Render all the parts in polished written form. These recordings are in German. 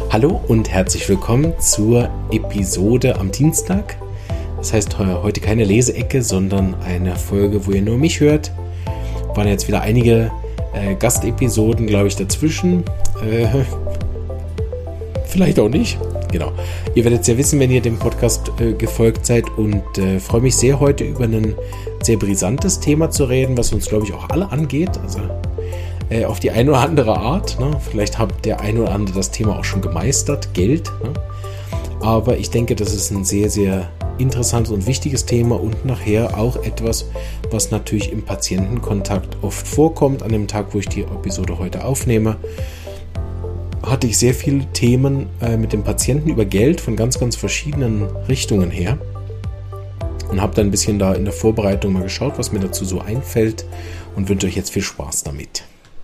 Hallo und herzlich willkommen zur Episode am Dienstag. Das heißt heute keine Leseecke, sondern eine Folge, wo ihr nur mich hört. Waren jetzt wieder einige Gastepisoden, glaube ich, dazwischen. Vielleicht auch nicht. Genau. Ihr werdet es ja wissen, wenn ihr dem Podcast gefolgt seid, und freue mich sehr, heute über ein sehr brisantes Thema zu reden, was uns, glaube ich, auch alle angeht. Also auf die eine oder andere Art. Ne? Vielleicht hat der eine oder andere das Thema auch schon gemeistert, Geld. Ne? Aber ich denke, das ist ein sehr, sehr interessantes und wichtiges Thema und nachher auch etwas, was natürlich im Patientenkontakt oft vorkommt. An dem Tag, wo ich die Episode heute aufnehme, hatte ich sehr viele Themen mit dem Patienten über Geld von ganz, ganz verschiedenen Richtungen her. Und habe dann ein bisschen da in der Vorbereitung mal geschaut, was mir dazu so einfällt, und wünsche euch jetzt viel Spaß damit.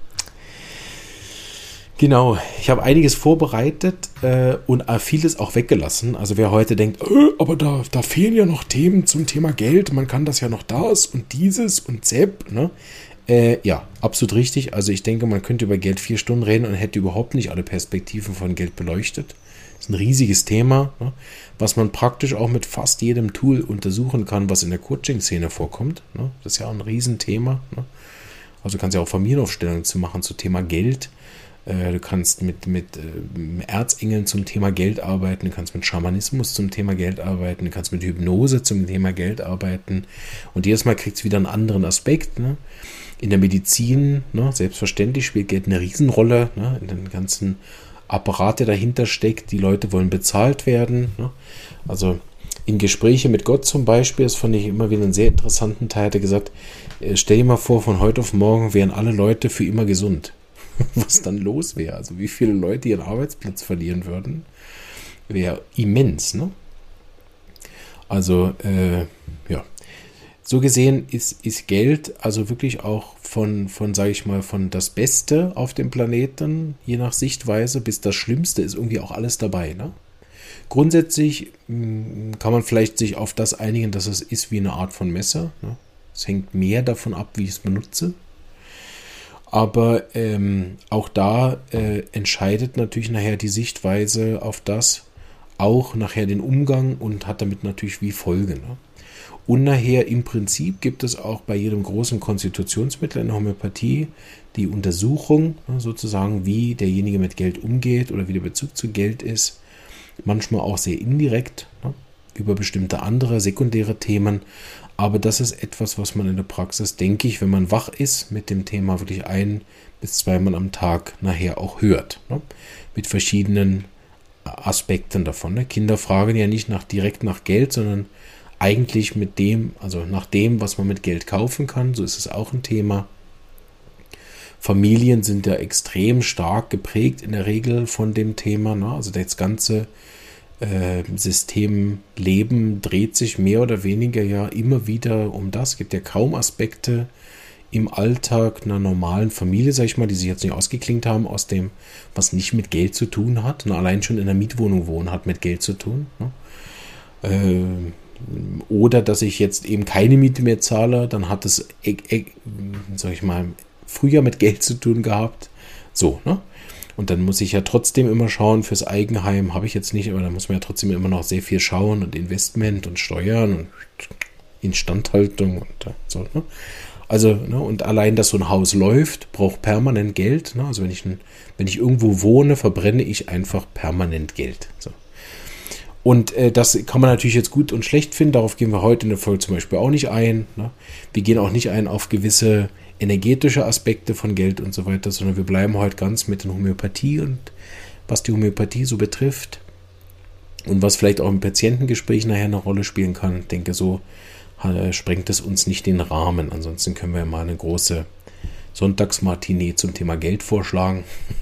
Genau, ich habe einiges vorbereitet und vieles auch weggelassen. Also wer heute denkt, aber da fehlen ja noch Themen zum Thema Geld, man kann das ja noch das und dieses und Sepp, ne? Ja, absolut richtig. Also ich denke, man könnte über Geld 4 Stunden reden und hätte überhaupt nicht alle Perspektiven von Geld beleuchtet. Das ist ein riesiges Thema, ne? Was man praktisch auch mit fast jedem Tool untersuchen kann, was in der Coaching-Szene vorkommt. Ne? Das ist ja ein Riesenthema. Ne? Also kannst ja auch Familienaufstellungen zu machen zum Thema Geld. Du kannst mit Erzengeln zum Thema Geld arbeiten, du kannst mit Schamanismus zum Thema Geld arbeiten, du kannst mit Hypnose zum Thema Geld arbeiten, und jedes Mal kriegt es wieder einen anderen Aspekt. Ne? In der Medizin, ne, selbstverständlich spielt Geld eine Riesenrolle, ne, in den ganzen Apparat, der dahinter steckt. Die Leute wollen bezahlt werden. Ne? Also in Gespräche mit Gott zum Beispiel, das fand ich immer wieder einen sehr interessanten Teil, hat er gesagt, stell dir mal vor, von heute auf morgen wären alle Leute für immer gesund. Was dann los wäre, also wie viele Leute ihren Arbeitsplatz verlieren würden, wäre immens, ne? Also, ja, so gesehen ist Geld also wirklich auch von sage ich mal, von das Beste auf dem Planeten, je nach Sichtweise, bis das Schlimmste ist irgendwie auch alles dabei, ne? Grundsätzlich kann man vielleicht sich auf das einigen, dass es ist wie eine Art von Messer, ne? Es hängt mehr davon ab, wie ich es benutze. Aber auch da entscheidet natürlich nachher die Sichtweise auf das, auch nachher den Umgang, und hat damit natürlich wie Folge. Ne? Und nachher im Prinzip gibt es auch bei jedem großen Konstitutionsmittel in der Homöopathie die Untersuchung, ne, sozusagen, wie derjenige mit Geld umgeht oder wie der Bezug zu Geld ist. Manchmal auch sehr indirekt, ne, über bestimmte andere sekundäre Themen. Aber das ist etwas, was man in der Praxis, denke ich, wenn man wach ist, mit dem Thema wirklich 1 bis 2 Mal am Tag nachher auch hört. Ne? Mit verschiedenen Aspekten davon. Ne? Kinder fragen ja nicht direkt nach Geld, sondern eigentlich mit dem, also nach dem, was man mit Geld kaufen kann. So ist es auch ein Thema. Familien sind ja extrem stark geprägt in der Regel von dem Thema. Ne? Also das ganze System Leben dreht sich mehr oder weniger ja immer wieder um das. Es gibt ja kaum Aspekte im Alltag einer normalen Familie, sag ich mal, die sich jetzt nicht ausgeklingt haben aus dem, was nicht mit Geld zu tun hat. Und allein schon in einer Mietwohnung wohnen hat mit Geld zu tun. Ne? Oder dass ich jetzt eben keine Miete mehr zahle, dann hat es, sag ich mal, früher mit Geld zu tun gehabt. So, ne? Und dann muss ich ja trotzdem immer schauen, fürs Eigenheim habe ich jetzt nicht, aber da muss man ja trotzdem immer noch sehr viel schauen und Investment und Steuern und Instandhaltung und so. Ne? Also, ne, und allein, dass so ein Haus läuft, braucht permanent Geld. Ne? Also wenn ich irgendwo wohne, verbrenne ich einfach permanent Geld. So. Und das kann man natürlich jetzt gut und schlecht finden. Darauf gehen wir heute in der Folge zum Beispiel auch nicht ein. Ne? Wir gehen auch nicht ein auf gewisse energetische Aspekte von Geld und so weiter, sondern wir bleiben heute ganz mit der Homöopathie und was die Homöopathie so betrifft und was vielleicht auch im Patientengespräch nachher eine Rolle spielen kann. Ich denke, so sprengt es uns nicht den Rahmen. Ansonsten können wir mal eine große Sonntagsmatinee zum Thema Geld vorschlagen.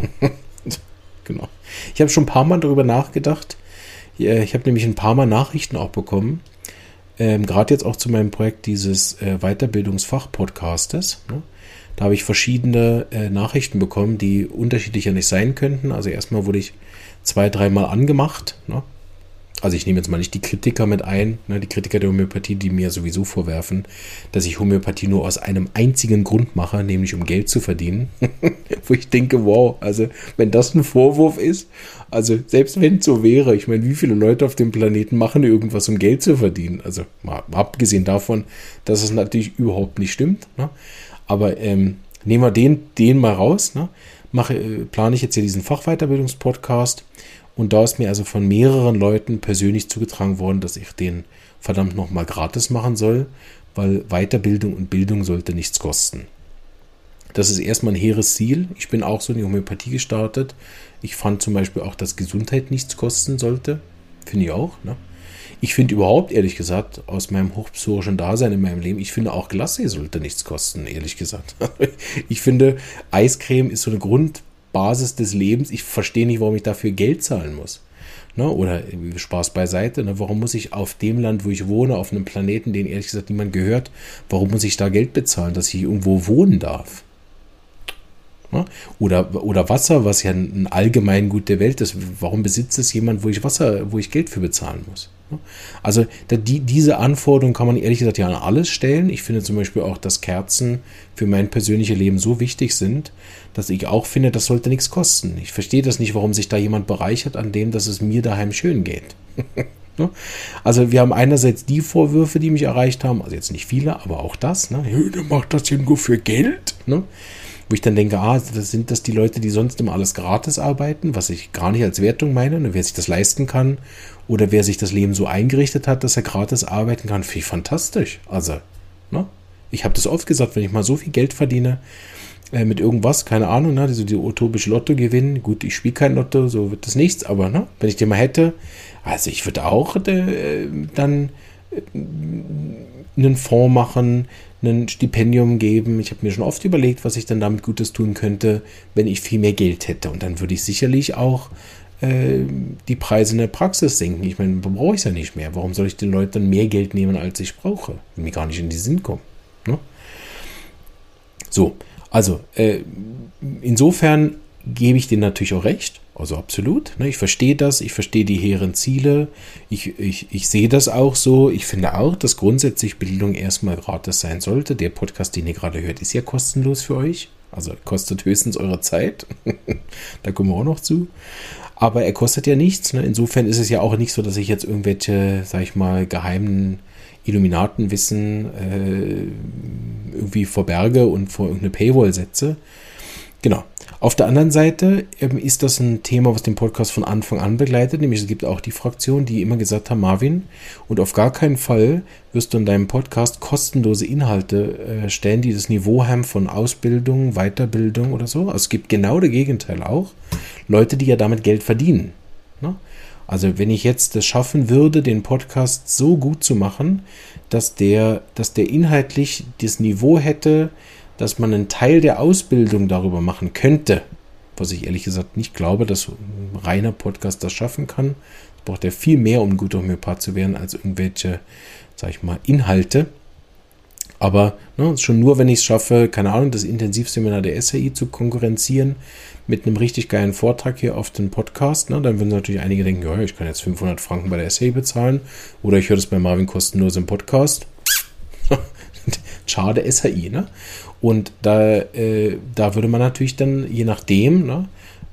Genau. Ich habe schon ein paar Mal darüber nachgedacht. Ich habe nämlich ein paar Mal Nachrichten auch bekommen, gerade jetzt auch zu meinem Projekt dieses Weiterbildungsfach-Podcastes. Ne? Da habe ich verschiedene Nachrichten bekommen, die unterschiedlicher nicht sein könnten. Also erstmal wurde ich 2-3 Mal angemacht. Ne? Also ich nehme jetzt mal nicht die Kritiker mit ein, ne, die Kritiker der Homöopathie, die mir sowieso vorwerfen, dass ich Homöopathie nur aus einem einzigen Grund mache, nämlich um Geld zu verdienen. Wo ich denke, wow, also wenn das ein Vorwurf ist, also selbst wenn es so wäre, ich meine, wie viele Leute auf dem Planeten machen irgendwas, um Geld zu verdienen? Also mal abgesehen davon, dass es natürlich überhaupt nicht stimmt. Ne? Aber nehmen wir den mal raus. Ne? Plane ich jetzt hier diesen Fachweiterbildungspodcast. Und da ist mir also von mehreren Leuten persönlich zugetragen worden, dass ich den verdammt nochmal gratis machen soll, weil Weiterbildung und Bildung sollte nichts kosten. Das ist erstmal ein hehres Ziel. Ich bin auch so in die Homöopathie gestartet. Ich fand zum Beispiel auch, dass Gesundheit nichts kosten sollte. Finde ich auch. Ne? Ich finde überhaupt, ehrlich gesagt, aus meinem hochpsorischen Dasein in meinem Leben, ich finde auch Glace sollte nichts kosten, ehrlich gesagt. Ich finde, Eiscreme ist so eine Grundbasis des Lebens. Ich verstehe nicht, warum ich dafür Geld zahlen muss. Ne? Oder Spaß beiseite. Ne? Warum muss ich auf dem Land, wo ich wohne, auf einem Planeten, den ehrlich gesagt niemand gehört, warum muss ich da Geld bezahlen, dass ich irgendwo wohnen darf? Ne? Oder Wasser, was ja ein Allgemeingut der Welt ist. Warum besitzt es jemand, wo ich Geld für bezahlen muss? Ne? Also diese Anforderungen kann man ehrlich gesagt ja an alles stellen. Ich finde zum Beispiel auch, dass Kerzen für mein persönliches Leben so wichtig sind, dass ich auch finde, das sollte nichts kosten. Ich verstehe das nicht, warum sich da jemand bereichert an dem, dass es mir daheim schön geht. Ne? Also wir haben einerseits die Vorwürfe, die mich erreicht haben, also jetzt nicht viele, aber auch das. Ne? Der macht das ja nur für Geld. Ne? Wo ich dann denke, sind das die Leute, die sonst immer alles gratis arbeiten, was ich gar nicht als Wertung meine, ne? Wer sich das leisten kann oder wer sich das Leben so eingerichtet hat, dass er gratis arbeiten kann, finde ich fantastisch. Also, ne? Ich habe das oft gesagt, wenn ich mal so viel Geld verdiene mit irgendwas, keine Ahnung, ne? Also die utopische Lotto gewinnen, gut, ich spiele kein Lotto, so wird das nichts, aber ne? Wenn ich den mal hätte, also ich würde auch dann einen Fonds machen, ein Stipendium geben. Ich habe mir schon oft überlegt, was ich dann damit Gutes tun könnte, wenn ich viel mehr Geld hätte. Und dann würde ich sicherlich auch die Preise in der Praxis senken. Ich meine, brauche ich es ja nicht mehr. Warum soll ich den Leuten dann mehr Geld nehmen, als ich brauche? Wenn mir gar nicht in den Sinn kommt. Ne? So, also insofern gebe ich denen natürlich auch recht. Also absolut. Ne? Ich verstehe das, ich verstehe die hehren Ziele. Ich sehe das auch so. Ich finde auch, dass grundsätzlich Bildung erstmal gratis sein sollte. Der Podcast, den ihr gerade hört, ist ja kostenlos für euch. Also kostet höchstens eure Zeit. Da kommen wir auch noch zu. Aber er kostet ja nichts. Ne? Insofern ist es ja auch nicht so, dass ich jetzt irgendwelche, sag ich mal, geheimen Illuminatenwissen irgendwie verberge und vor irgendeine Paywall setze. Genau. Auf der anderen Seite ist das ein Thema, was den Podcast von Anfang an begleitet, nämlich es gibt auch die Fraktion, die immer gesagt haben, Marvin, und auf gar keinen Fall wirst du in deinem Podcast kostenlose Inhalte stellen, die das Niveau haben von Ausbildung, Weiterbildung oder so. Also es gibt genau das Gegenteil auch. Leute, die ja damit Geld verdienen. Ne? Also wenn ich jetzt das schaffen würde, den Podcast so gut zu machen, dass der inhaltlich das Niveau hätte, dass man einen Teil der Ausbildung darüber machen könnte, was ich ehrlich gesagt nicht glaube, dass ein reiner Podcast das schaffen kann. Es braucht ja viel mehr, um ein guter Homöopath zu werden, als irgendwelche, sag ich mal, Inhalte. Aber schon nur, wenn ich es schaffe, keine Ahnung, das Intensivseminar der SAI zu konkurrenzieren mit einem richtig geilen Vortrag hier auf den Podcast, dann würden natürlich einige denken, ja, ich kann jetzt 500 Franken bei der SAI bezahlen oder ich höre das bei Marvin kostenlos im Podcast. Schade SHI, ne? Und da würde man natürlich dann, je nachdem, ne,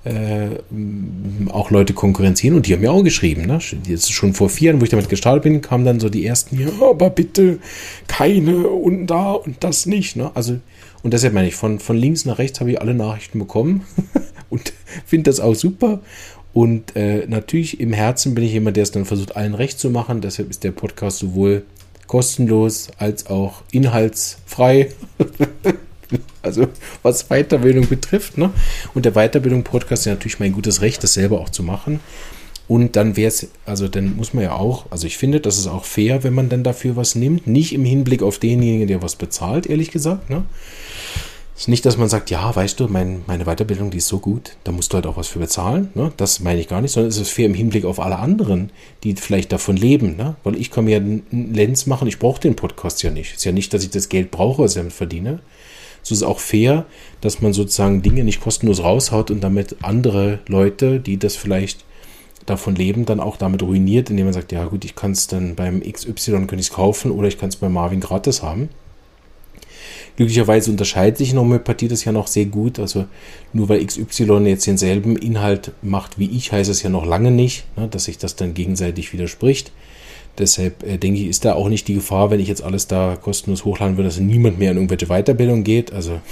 auch Leute konkurrenzieren und die haben mir auch geschrieben, ne? Jetzt schon vor 4 Jahren, wo ich damit gestartet bin, kamen dann so die ersten, ja, aber bitte keine und da und das nicht, ne? Also, und deshalb meine ich, von links nach rechts habe ich alle Nachrichten bekommen und finde das auch super. Und natürlich im Herzen bin ich jemand, der es dann versucht, allen recht zu machen. Deshalb ist der Podcast sowohl kostenlos als auch inhaltsfrei. Also was Weiterbildung betrifft. Ne? Und der Weiterbildung-Podcast ist natürlich mein gutes Recht, das selber auch zu machen. Und dann dann muss man ja auch, also ich finde, das ist auch fair, wenn man dann dafür was nimmt. Nicht im Hinblick auf denjenigen, der was bezahlt, ehrlich gesagt. Ne? Es ist nicht, dass man sagt, ja, weißt du, meine Weiterbildung, die ist so gut, da musst du halt auch was für bezahlen. Ne? Das meine ich gar nicht, sondern es ist fair im Hinblick auf alle anderen, die vielleicht davon leben. Ne? Weil ich kann mir einen Lenz machen, ich brauche den Podcast ja nicht. Es ist ja nicht, dass ich das Geld brauche, was ich damit verdiene. So ist es auch fair, dass man sozusagen Dinge nicht kostenlos raushaut und damit andere Leute, die das vielleicht davon leben, dann auch damit ruiniert, indem man sagt, ja gut, ich kann es dann beim XY kann ich es kaufen oder ich kann es bei Marvin gratis haben. Glücklicherweise unterscheidet sich in der Homöopathie das ja noch sehr gut. Also nur weil XY jetzt denselben Inhalt macht wie ich, heißt es ja noch lange nicht, ne, dass sich das dann gegenseitig widerspricht. Deshalb denke ich, ist da auch nicht die Gefahr, wenn ich jetzt alles da kostenlos hochladen würde, dass niemand mehr in irgendwelche Weiterbildung geht. Also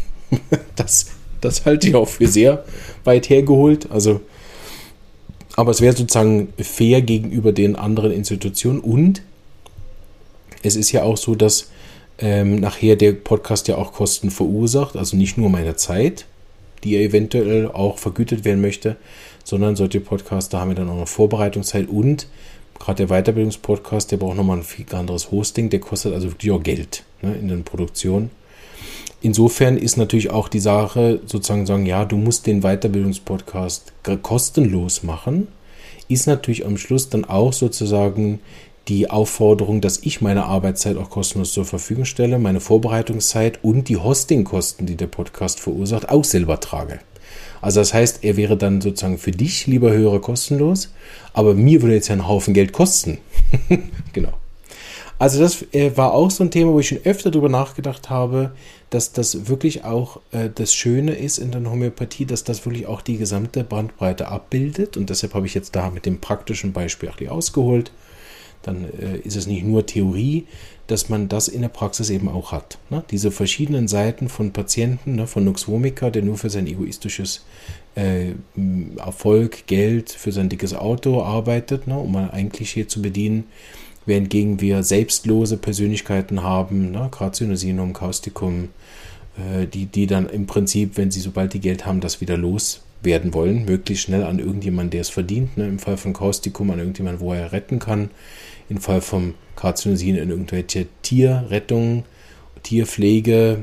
das halte ich auch für sehr weit hergeholt. Also, aber es wäre sozusagen fair gegenüber den anderen Institutionen. Und es ist ja auch so, dass nachher der Podcast ja auch Kosten verursacht. Also nicht nur meine Zeit, die eventuell auch vergütet werden möchte, sondern solche Podcasts, da haben wir dann auch noch Vorbereitungszeit und gerade der Weiterbildungspodcast, der braucht nochmal ein viel anderes Hosting, der kostet also wirklich auch Geld, ne, in den Produktionen. Insofern ist natürlich auch die Sache, sozusagen sagen, ja, du musst den Weiterbildungspodcast kostenlos machen, ist natürlich am Schluss dann auch sozusagen die Aufforderung, dass ich meine Arbeitszeit auch kostenlos zur Verfügung stelle, meine Vorbereitungszeit und die Hostingkosten, die der Podcast verursacht, auch selber trage. Also das heißt, er wäre dann sozusagen für dich, lieber Hörer, kostenlos, aber mir würde jetzt ja einen Haufen Geld kosten. Genau. Also das war auch so ein Thema, wo ich schon öfter darüber nachgedacht habe, dass das wirklich auch das Schöne ist in der Homöopathie, dass das wirklich auch die gesamte Bandbreite abbildet und deshalb habe ich jetzt da mit dem praktischen Beispiel auch ausgeholt. Dann ist es nicht nur Theorie, dass man das in der Praxis eben auch hat. Ne? Diese verschiedenen Seiten von Patienten, ne? Von Nux Vomica, der nur für sein egoistisches Erfolg, Geld, für sein dickes Auto arbeitet, ne? Um ein Klischee zu bedienen, währendgegen wir selbstlose Persönlichkeiten haben, ne? Graziosinum, Causticum, die dann im Prinzip, wenn sie sobald die Geld haben, das wieder loswerden wollen, möglichst schnell an irgendjemanden, der es verdient, ne? Im Fall von Causticum an irgendjemanden, wo er retten kann, im Fall vom Graziosin in irgendwelche Tierrettung, Tierpflege,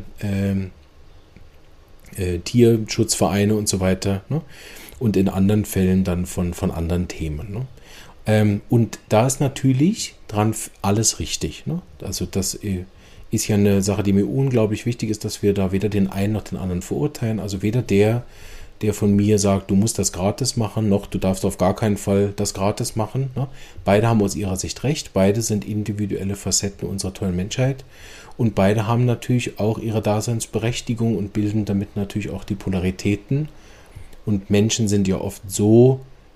Tierschutzvereine und so weiter, ne? Und in anderen Fällen dann von anderen Themen. Ne? Und da ist natürlich dran alles richtig. Ne? Also das ist ja eine Sache, die mir unglaublich wichtig ist, dass wir da weder den einen noch den anderen verurteilen. Also weder der von mir sagt, du musst das gratis machen, noch du darfst auf gar keinen Fall das gratis machen. Ne? Beide haben aus ihrer Sicht recht, beide sind individuelle Facetten unserer tollen Menschheit und beide haben natürlich auch ihre Daseinsberechtigung und bilden damit natürlich auch die Polaritäten. Und Menschen sind ja oft so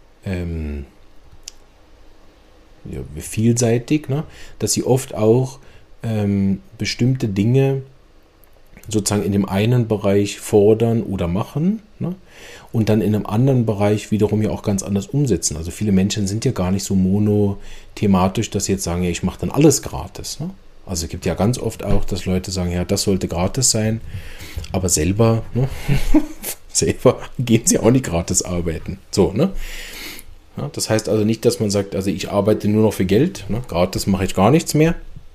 vielseitig, ne? Dass sie oft auch bestimmte Dinge sozusagen in dem einen Bereich fordern oder machen, ne? Und dann in einem anderen Bereich wiederum ja auch ganz anders umsetzen. Also viele Menschen sind ja gar nicht so monothematisch, dass sie jetzt sagen, ja, ich mache dann alles gratis. Ne? Also es gibt ja ganz oft auch, dass Leute sagen, ja, das sollte gratis sein, aber selber, ne? selber gehen sie auch nicht gratis arbeiten. So, ne? Ja, das heißt also nicht, dass man sagt, also ich arbeite nur noch für Geld, ne? Gratis mache ich gar nichts mehr.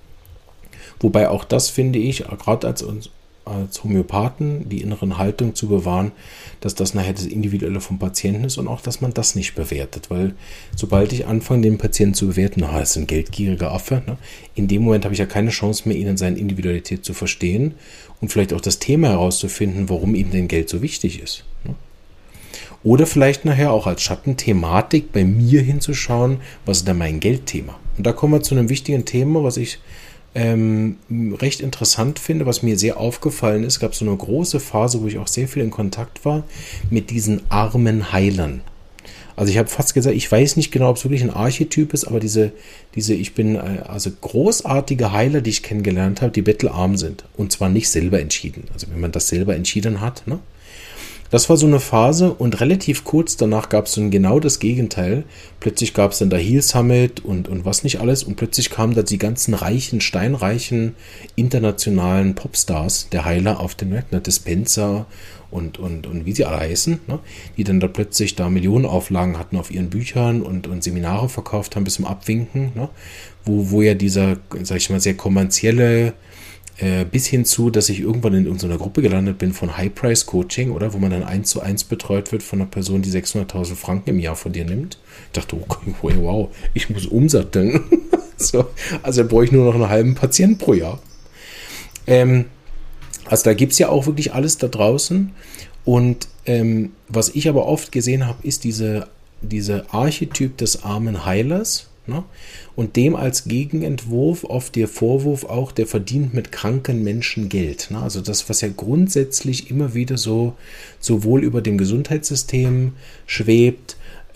Wobei auch das finde ich, gerade als Homöopathen, die inneren Haltung zu bewahren, dass das nachher das Individuelle vom Patienten ist und auch, dass man das nicht bewertet, weil sobald ich anfange, den Patienten zu bewerten, ist ein geldgieriger Affe, ne? In dem Moment habe ich ja keine Chance mehr, ihn in seiner Individualität zu verstehen und vielleicht auch das Thema herauszufinden, warum ihm denn Geld so wichtig ist. Ne? Oder vielleicht nachher auch als Schattenthematik bei mir hinzuschauen, was ist denn mein Geldthema? Und da kommen wir zu einem wichtigen Thema, was ich recht interessant finde, was mir sehr aufgefallen ist. Es gab so eine große Phase, wo ich auch sehr viel in Kontakt war mit diesen armen Heilern. Also ich habe fast gesagt, ich weiß nicht genau, ob es wirklich ein Archetyp ist, aber ich bin also großartige Heiler, die ich kennengelernt habe, die bettelarm sind. Und zwar nicht selber entschieden. Also wenn man das selber entschieden hat, ne? Das war so eine Phase und relativ kurz danach gab es dann genau das Gegenteil. Plötzlich gab es dann da Heal Summit und was nicht alles und plötzlich kamen da die ganzen reichen, steinreichen, internationalen Popstars der Heiler auf den Markt, ne? Dispenser und wie sie alle heißen, ne? Die dann da plötzlich da Millionenauflagen hatten auf ihren Büchern und Seminare verkauft haben bis zum Abwinken, ne? Wo ja dieser, sag ich mal, sehr kommerzielle bis hin zu, dass ich irgendwann in irgendeiner Gruppe gelandet bin von High-Price-Coaching, oder wo man dann 1:1 betreut wird von einer Person, die 600.000 Franken im Jahr von dir nimmt. Ich dachte, okay, wow, ich muss umsatteln. So, also brauche ich nur noch einen halben Patienten pro Jahr. Also da gibt es ja auch wirklich alles da draußen. Und was ich aber oft gesehen habe, ist diese diese Archetyp des armen Heilers, ne? Und dem als Gegenentwurf oft der Vorwurf auch, der verdient mit kranken Menschen Geld. Ne? Also das, was ja grundsätzlich immer wieder so sowohl über dem Gesundheitssystem schwebt,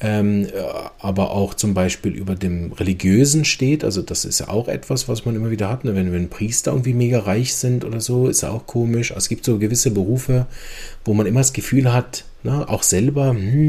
aber auch zum Beispiel über dem Religiösen steht. Also das ist ja auch etwas, was man immer wieder hat. Ne? Wenn Priester irgendwie mega reich sind oder so, ist ja auch komisch. Also es gibt so gewisse Berufe, wo man immer das Gefühl hat, ne, auch selber,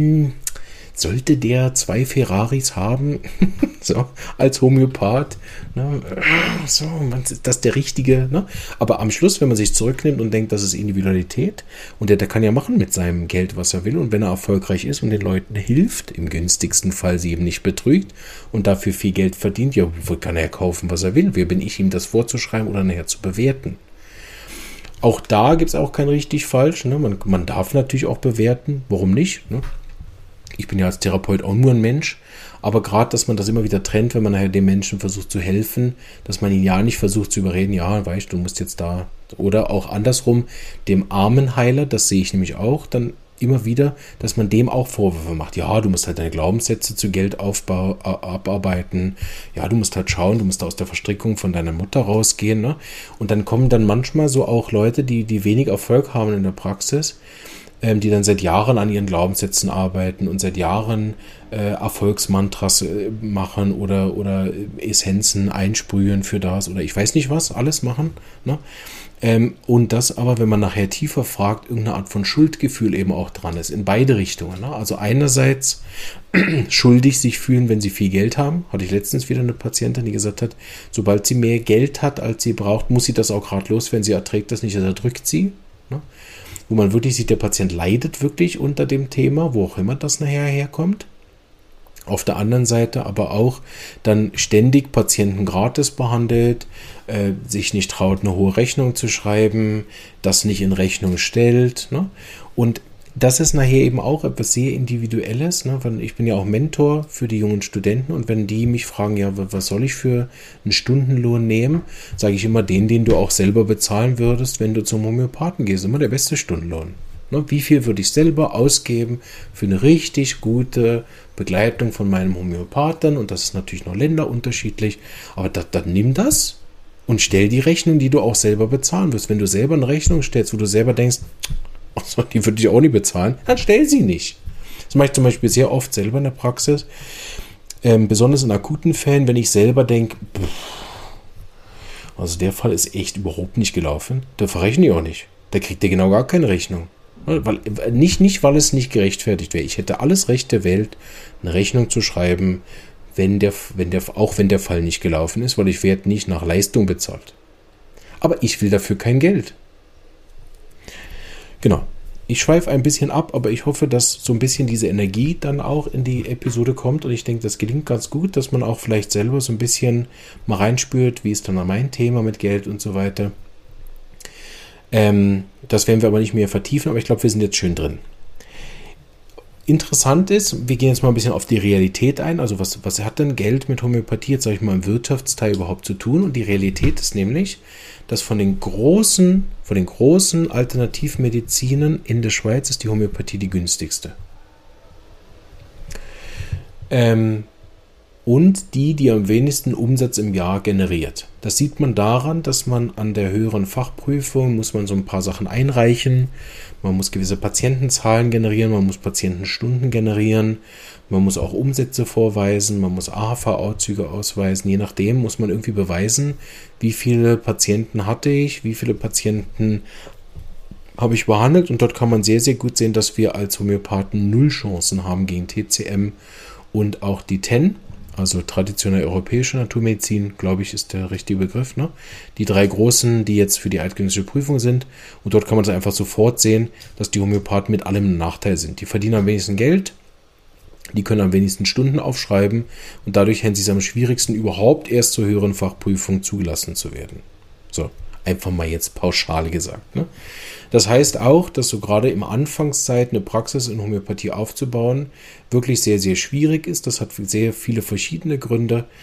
sollte der 2 Ferraris haben, so, als Homöopath, ne, so, das ist der Richtige, ne? Aber am Schluss, wenn man sich zurücknimmt und denkt, das ist Individualität und der kann ja machen mit seinem Geld, was er will, und wenn er erfolgreich ist und den Leuten hilft, im günstigsten Fall sie eben nicht betrügt und dafür viel Geld verdient, ja, wo kann er kaufen, was er will? Wer bin ich, ihm das vorzuschreiben oder nachher zu bewerten? Auch da gibt es auch kein richtig falsch, ne? Man darf natürlich auch bewerten, warum nicht, ne? Ich bin ja als Therapeut auch nur ein Mensch, aber gerade, dass man das immer wieder trennt, wenn man nachher dem Menschen versucht zu helfen, dass man ihn ja nicht versucht zu überreden, ja, weißt du, musst jetzt da, oder auch andersrum, dem armen Heiler, das sehe ich nämlich auch dann immer wieder, dass man dem auch Vorwürfe macht, ja, du musst halt deine Glaubenssätze zu Geld abarbeiten, ja, du musst halt schauen, du musst aus der Verstrickung von deiner Mutter rausgehen, ne? Und dann kommen dann manchmal so auch Leute, die wenig Erfolg haben in der Praxis, die dann seit Jahren an ihren Glaubenssätzen arbeiten und seit Jahren Erfolgsmantras machen oder Essenzen einsprühen für das oder ich weiß nicht was, alles machen. Ne? Und das aber, wenn man nachher tiefer fragt, irgendeine Art von Schuldgefühl eben auch dran ist, in beide Richtungen. Ne? Also einerseits schuldig sich fühlen, wenn sie viel Geld haben. Hatte ich letztens wieder eine Patientin, die gesagt hat, sobald sie mehr Geld hat, als sie braucht, muss sie das auch gerade loswerden. Sie erträgt das nicht, also erdrückt sie. Ne? Wo man wirklich sieht, der Patient leidet wirklich unter dem Thema, wo auch immer das nachher herkommt. Auf der anderen Seite aber auch dann ständig Patienten gratis behandelt, sich nicht traut, eine hohe Rechnung zu schreiben, das nicht in Rechnung stellt. Ne? Und das ist nachher eben auch etwas sehr Individuelles. Ne? Ich bin ja auch Mentor für die jungen Studenten und wenn die mich fragen, ja, was soll ich für einen Stundenlohn nehmen, sage ich immer den du auch selber bezahlen würdest, wenn du zum Homöopathen gehst. Immer der beste Stundenlohn. Ne? Wie viel würde ich selber ausgeben für eine richtig gute Begleitung von meinem Homöopathen? Und das ist natürlich noch länderunterschiedlich. Aber dann nimm das und stell die Rechnung, die du auch selber bezahlen wirst. Wenn du selber eine Rechnung stellst, wo du selber denkst, also, die würde ich auch nicht bezahlen, dann stell sie nicht. Das mache ich zum Beispiel sehr oft selber in der Praxis. Besonders in akuten Fällen, wenn ich selber denke, also der Fall ist echt überhaupt nicht gelaufen, da verrechne ich auch nicht. Da kriegt der genau gar keine Rechnung. Nicht, weil es nicht gerechtfertigt wäre. Ich hätte alles Recht der Welt, eine Rechnung zu schreiben, auch wenn der Fall nicht gelaufen ist, weil ich werde nicht nach Leistung bezahlt. Aber ich will dafür kein Geld. Genau. Ich schweife ein bisschen ab, aber ich hoffe, dass so ein bisschen diese Energie dann auch in die Episode kommt und ich denke, das gelingt ganz gut, dass man auch vielleicht selber so ein bisschen mal reinspürt, wie ist dann mein Thema mit Geld und so weiter. Das werden wir aber nicht mehr vertiefen, aber ich glaube, wir sind jetzt schön drin. Interessant ist, wir gehen jetzt mal ein bisschen auf die Realität ein, also was hat denn Geld mit Homöopathie, jetzt sage ich mal im Wirtschaftsteil überhaupt zu tun? Und die Realität ist nämlich, dass von den großen Alternativmedizinen in der Schweiz ist die Homöopathie die günstigste. Und die am wenigsten Umsatz im Jahr generiert. Das sieht man daran, dass man an der höheren Fachprüfung muss man so ein paar Sachen einreichen. Man muss gewisse Patientenzahlen generieren, man muss Patientenstunden generieren, man muss auch Umsätze vorweisen, man muss AHV-Auszüge ausweisen. Je nachdem muss man irgendwie beweisen, wie viele Patienten hatte ich, wie viele Patienten habe ich behandelt. Und dort kann man sehr, sehr gut sehen, dass wir als Homöopathen 0 Chancen haben gegen TCM und auch die TEN. Also traditionelle europäische Naturmedizin, glaube ich, ist der richtige Begriff. Ne? Die 3 großen, die jetzt für die eidgenössische Prüfung sind. Und dort kann man es einfach sofort sehen, dass die Homöopathen mit allem ein Nachteil sind. Die verdienen am wenigsten Geld, die können am wenigsten Stunden aufschreiben und dadurch haben sie es am schwierigsten, überhaupt erst zur höheren Fachprüfung zugelassen zu werden. So, einfach mal jetzt pauschal gesagt. Ne? Das heißt auch, dass so gerade im Anfangszeit eine Praxis in Homöopathie aufzubauen wirklich sehr, sehr schwierig ist. Das hat sehr viele verschiedene Gründe.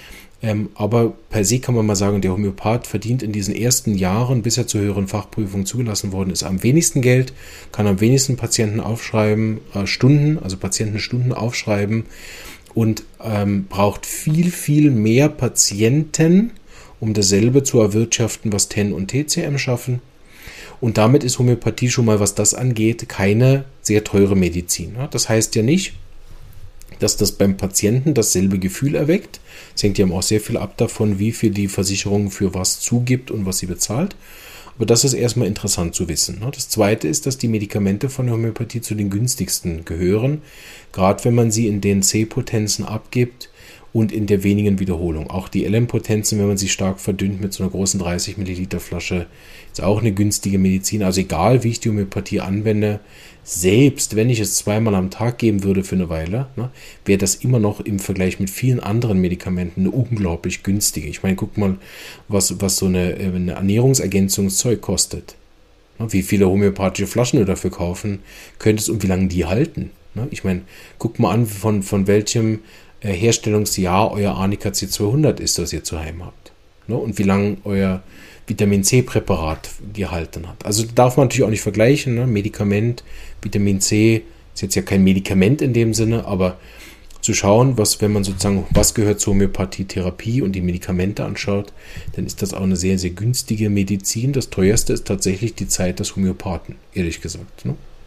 Aber per se kann man mal sagen, der Homöopath verdient in diesen ersten Jahren, bis er zur höheren Fachprüfung zugelassen worden ist, am wenigsten Geld, kann am wenigsten Patienten aufschreiben, Patientenstunden aufschreiben und braucht viel, viel mehr Patienten, um dasselbe zu erwirtschaften, was TEN und TCM schaffen. Und damit ist Homöopathie schon mal, was das angeht, keine sehr teure Medizin. Das heißt ja nicht, dass das beim Patienten dasselbe Gefühl erweckt. Es hängt ja auch sehr viel ab davon, wie viel die Versicherung für was zugibt und was sie bezahlt. Aber das ist erstmal interessant zu wissen. Das Zweite ist, dass die Medikamente von der Homöopathie zu den günstigsten gehören, gerade wenn man sie in den C-Potenzen abgibt und in der wenigen Wiederholung. Auch die LM-Potenzen, wenn man sie stark verdünnt mit so einer großen 30 Milliliter Flasche, ist auch eine günstige Medizin. Also egal, wie ich die Homöopathie anwende, selbst wenn ich es zweimal am Tag geben würde für eine Weile, wäre das immer noch im Vergleich mit vielen anderen Medikamenten eine unglaublich günstige. Ich meine, guck mal, was so eine Ernährungsergänzungszeug kostet. Wie viele homöopathische Flaschen du dafür kaufen könntest und wie lange die halten. Ich meine, guck mal an, von welchem Herstellungsjahr euer Arnika C200 ist, das ihr zu Hause habt. Und wie lange euer Vitamin C-Präparat gehalten hat. Also darf man natürlich auch nicht vergleichen. Medikament, Vitamin C ist jetzt ja kein Medikament in dem Sinne, aber zu schauen, wenn man sozusagen, was gehört zur Homöopathietherapie und die Medikamente anschaut, dann ist das auch eine sehr, sehr günstige Medizin. Das teuerste ist tatsächlich die Zeit des Homöopathen, ehrlich gesagt.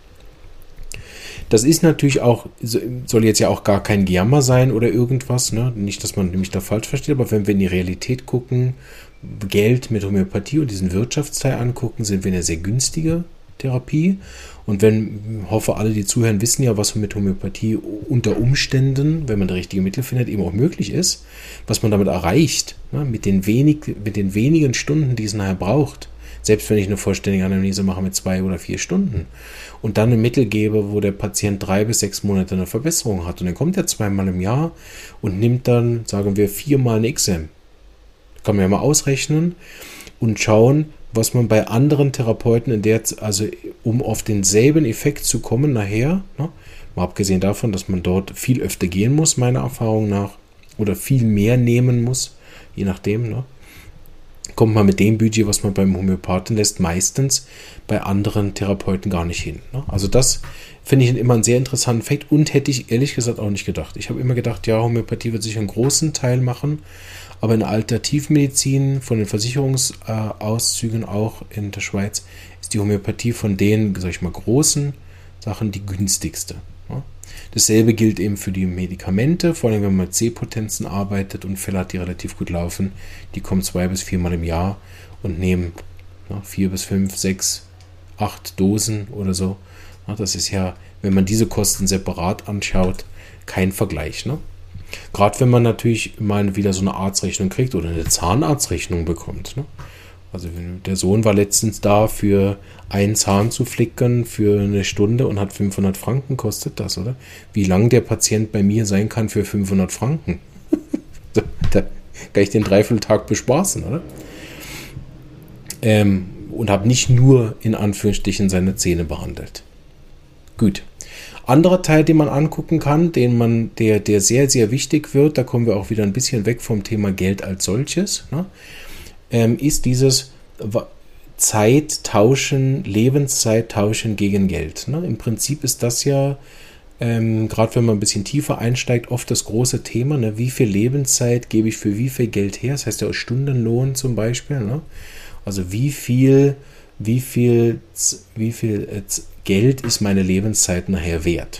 Das ist natürlich auch, soll jetzt ja auch gar kein Gejammer sein oder irgendwas, nicht, dass man mich da falsch versteht, aber wenn wir in die Realität gucken, Geld mit Homöopathie und diesen Wirtschaftsteil angucken, sind wir eine sehr günstige Therapie. Und hoffe, alle, die zuhören, wissen ja, was mit Homöopathie unter Umständen, wenn man das richtige Mittel findet, eben auch möglich ist, was man damit erreicht, mit den wenigen Stunden, die es nachher braucht. Selbst wenn ich eine vollständige Anamnese mache mit 2 oder 4 Stunden und dann ein Mittel gebe, wo der Patient 3 bis 6 Monate eine Verbesserung hat und dann kommt er zweimal im Jahr und nimmt dann, sagen wir, 4-mal eine XM. Kann man ja mal ausrechnen und schauen, was man bei anderen Therapeuten um auf denselben Effekt zu kommen nachher, mal abgesehen davon, dass man dort viel öfter gehen muss, meiner Erfahrung nach, oder viel mehr nehmen muss, je nachdem, kommt man mit dem Budget, was man beim Homöopathen lässt, meistens bei anderen Therapeuten gar nicht hin. Also das finde ich immer einen sehr interessanten Fakt und hätte ich ehrlich gesagt auch nicht gedacht. Ich habe immer gedacht, ja, Homöopathie wird sicher einen großen Teil machen, aber in der Alternativmedizin, von den Versicherungsauszügen auch in der Schweiz, ist die Homöopathie von den, sag ich mal, großen Sachen die günstigste. Dasselbe gilt eben für die Medikamente, vor allem wenn man mit C-Potenzen arbeitet und Fälle hat, die relativ gut laufen. Die kommen 2 bis 4 Mal im Jahr und nehmen 4 bis 5, 6, 8 Dosen oder so. Das ist ja, wenn man diese Kosten separat anschaut, kein Vergleich. Gerade wenn man natürlich mal wieder so eine Arztrechnung kriegt oder eine Zahnarztrechnung bekommt. Also der Sohn war letztens da, für einen Zahn zu flicken für eine Stunde und hat 500 Franken, kostet das, oder? Wie lang der Patient bei mir sein kann für 500 Franken? Da kann ich den Dreivierteltag bespaßen, oder? Und habe nicht nur in Anführungsstrichen seine Zähne behandelt. Gut. Anderer Teil, den man angucken kann, der sehr, sehr wichtig wird, da kommen wir auch wieder ein bisschen weg vom Thema Geld als solches, ist dieses Zeit tauschen, Lebenszeit tauschen gegen Geld. Im Prinzip ist das ja, gerade wenn man ein bisschen tiefer einsteigt, oft das große Thema, wie viel Lebenszeit gebe ich für wie viel Geld her? Das heißt ja auch Stundenlohn zum Beispiel. Also wie viel Geld ist meine Lebenszeit nachher wert?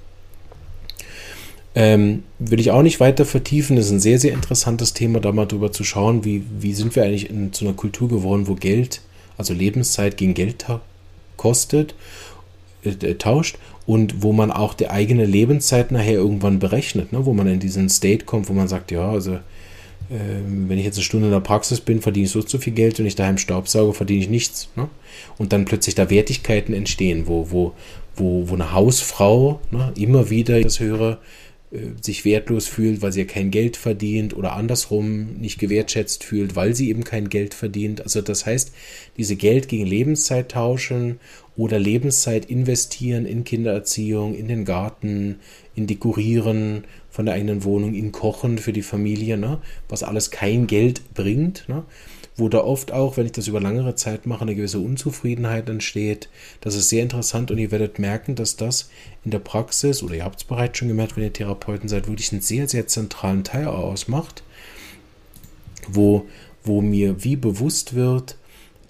Will ich auch nicht weiter vertiefen. Das ist ein sehr, sehr interessantes Thema, da mal drüber zu schauen, wie sind wir eigentlich in so einer Kultur geworden, wo Geld, also Lebenszeit gegen Geld tauscht und wo man auch die eigene Lebenszeit nachher irgendwann berechnet, wo man in diesen State kommt, wo man sagt, ja, also wenn ich jetzt eine Stunde in der Praxis bin, verdiene ich so viel Geld, wenn ich daheim staubsauge, verdiene ich nichts. Und dann plötzlich da Wertigkeiten entstehen, wo eine Hausfrau, immer wieder das höre, sich wertlos fühlt, weil sie ja kein Geld verdient oder andersrum nicht gewertschätzt fühlt, weil sie eben kein Geld verdient. Also das heißt, diese Geld gegen Lebenszeit tauschen oder Lebenszeit investieren in Kindererziehung, in den Garten, in Dekorieren von der eigenen Wohnung, in Kochen für die Familie, ne? Was alles kein Geld bringt, ne? Wo da oft auch, wenn ich das über längere Zeit mache, eine gewisse Unzufriedenheit entsteht. Das ist sehr interessant und ihr werdet merken, dass das in der Praxis, oder ihr habt es bereits schon gemerkt, wenn ihr Therapeuten seid, wirklich einen sehr, sehr zentralen Teil ausmacht, wo mir wie bewusst wird,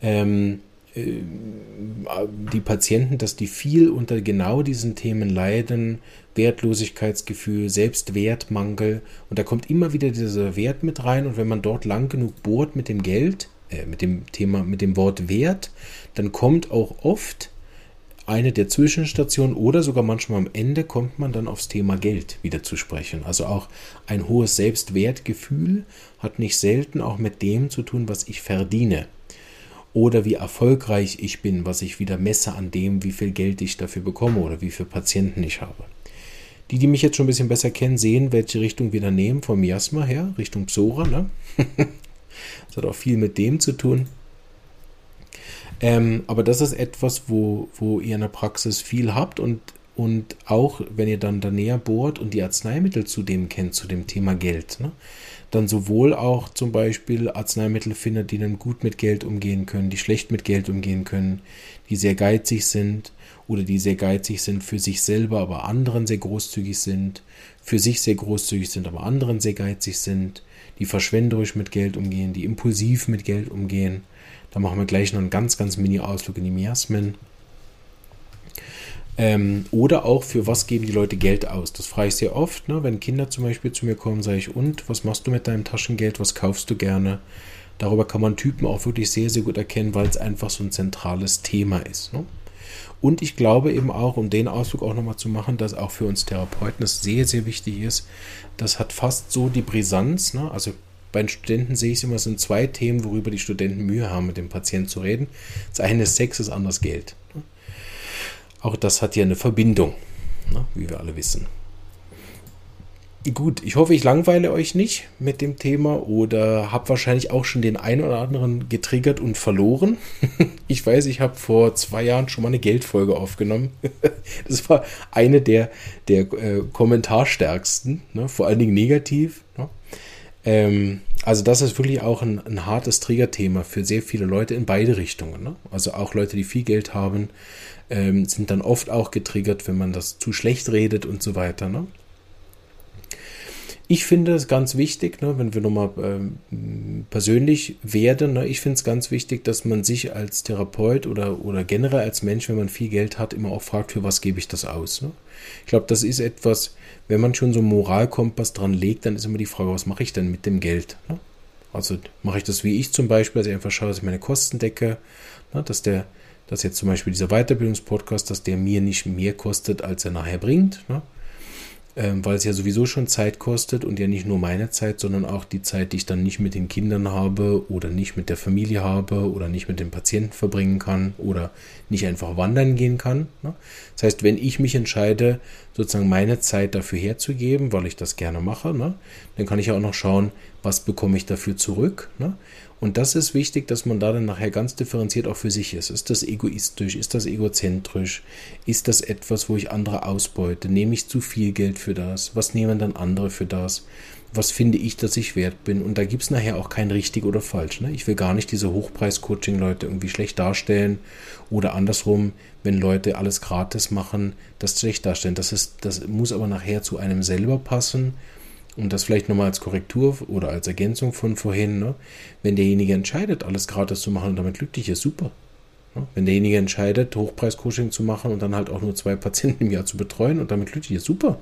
die Patienten, dass die viel unter genau diesen Themen leiden, Wertlosigkeitsgefühl, Selbstwertmangel, und da kommt immer wieder dieser Wert mit rein, und wenn man dort lang genug bohrt mit dem Geld, mit dem Thema, mit dem Wort Wert, dann kommt auch oft eine der Zwischenstationen oder sogar manchmal am Ende kommt man dann aufs Thema Geld wieder zu sprechen. Also auch ein hohes Selbstwertgefühl hat nicht selten auch mit dem zu tun, was ich verdiene. Oder wie erfolgreich ich bin, was ich wieder messe an dem, wie viel Geld ich dafür bekomme oder wie viele Patienten ich habe. Die mich jetzt schon ein bisschen besser kennen, sehen, welche Richtung wir da nehmen, vom Miasma her, Richtung Psora. Ne? Das hat auch viel mit dem zu tun. Aber das ist etwas, wo ihr in der Praxis viel habt und auch, wenn ihr dann da näher bohrt und die Arzneimittel zu dem kennt, zu dem Thema Geld, ne? Dann sowohl auch zum Beispiel Arzneimittel findet, die dann gut mit Geld umgehen können, die schlecht mit Geld umgehen können, die sehr geizig sind oder die sehr geizig sind für sich selber, aber anderen sehr großzügig sind, für sich sehr großzügig sind, aber anderen sehr geizig sind, die verschwenderisch mit Geld umgehen, die impulsiv mit Geld umgehen. Da machen wir gleich noch einen ganz, ganz Mini-Ausflug in die Miasmen. Oder auch, für was geben die Leute Geld aus? Das frage ich sehr oft, ne? Wenn Kinder zum Beispiel zu mir kommen, sage ich, und, was machst du mit deinem Taschengeld, was kaufst du gerne? Darüber kann man Typen auch wirklich sehr, sehr gut erkennen, weil es einfach so ein zentrales Thema ist. Ne? Und ich glaube eben auch, um den Ausflug auch nochmal zu machen, dass auch für uns Therapeuten das sehr, sehr wichtig ist. Das hat fast so die Brisanz, ne? Also bei den Studenten sehe ich es immer, es sind zwei Themen, worüber die Studenten Mühe haben, mit dem Patienten zu reden. Das eine ist Sex, das andere ist Geld. Ne? Auch das hat ja eine Verbindung, ne, wie wir alle wissen. Gut, ich hoffe, ich langweile euch nicht mit dem Thema oder habe wahrscheinlich auch schon den einen oder anderen getriggert und verloren. Ich weiß, ich habe vor 2 Jahren schon mal eine Geldfolge aufgenommen. Das war eine der kommentarstärksten, ne, vor allen Dingen negativ. Ne. Also das ist wirklich auch ein hartes Triggerthema für sehr viele Leute in beide Richtungen. Ne. Also auch Leute, die viel Geld haben, sind dann oft auch getriggert, wenn man das zu schlecht redet und so weiter. Ne? Ich finde es ganz wichtig, ne, wenn wir nochmal persönlich werden, ne, ich finde es ganz wichtig, dass man sich als Therapeut oder generell als Mensch, wenn man viel Geld hat, immer auch fragt, für was gebe ich das aus. Ne? Ich glaube, das ist etwas, wenn man schon so einen Moralkompass dran legt, dann ist immer die Frage, was mache ich denn mit dem Geld? Ne? Also mache ich das wie ich zum Beispiel, dass ich einfach schaue, dass ich meine Kosten decke, ne, dass jetzt zum Beispiel dieser Weiterbildungspodcast, dass der mir nicht mehr kostet, als er nachher bringt, ne? Weil es ja sowieso schon Zeit kostet und ja nicht nur meine Zeit, sondern auch die Zeit, die ich dann nicht mit den Kindern habe oder nicht mit der Familie habe oder nicht mit den Patienten verbringen kann oder nicht einfach wandern gehen kann. Ne? Das heißt, wenn ich mich entscheide, sozusagen meine Zeit dafür herzugeben, weil ich das gerne mache, ne, dann kann ich ja auch noch schauen, was bekomme ich dafür zurück. Ne? Und das ist wichtig, dass man da dann nachher ganz differenziert auch für sich ist. Ist das egoistisch? Ist das egozentrisch? Ist das etwas, wo ich andere ausbeute? Nehme ich zu viel Geld für das? Was nehmen dann andere für das? Was finde ich, dass ich wert bin? Und da gibt es nachher auch kein richtig oder falsch. Ne? Ich will gar nicht diese Hochpreis-Coaching-Leute irgendwie schlecht darstellen oder andersrum, wenn Leute alles gratis machen, das schlecht darstellen. Das muss aber nachher zu einem selber passen. Und das vielleicht nochmal als Korrektur oder als Ergänzung von vorhin, ne? Wenn derjenige entscheidet, alles gratis zu machen und damit glücklich ist, super. Ne? Wenn derjenige entscheidet, Hochpreis-Coaching zu machen und dann halt auch nur 2 Patienten im Jahr zu betreuen und damit glücklich ist, super.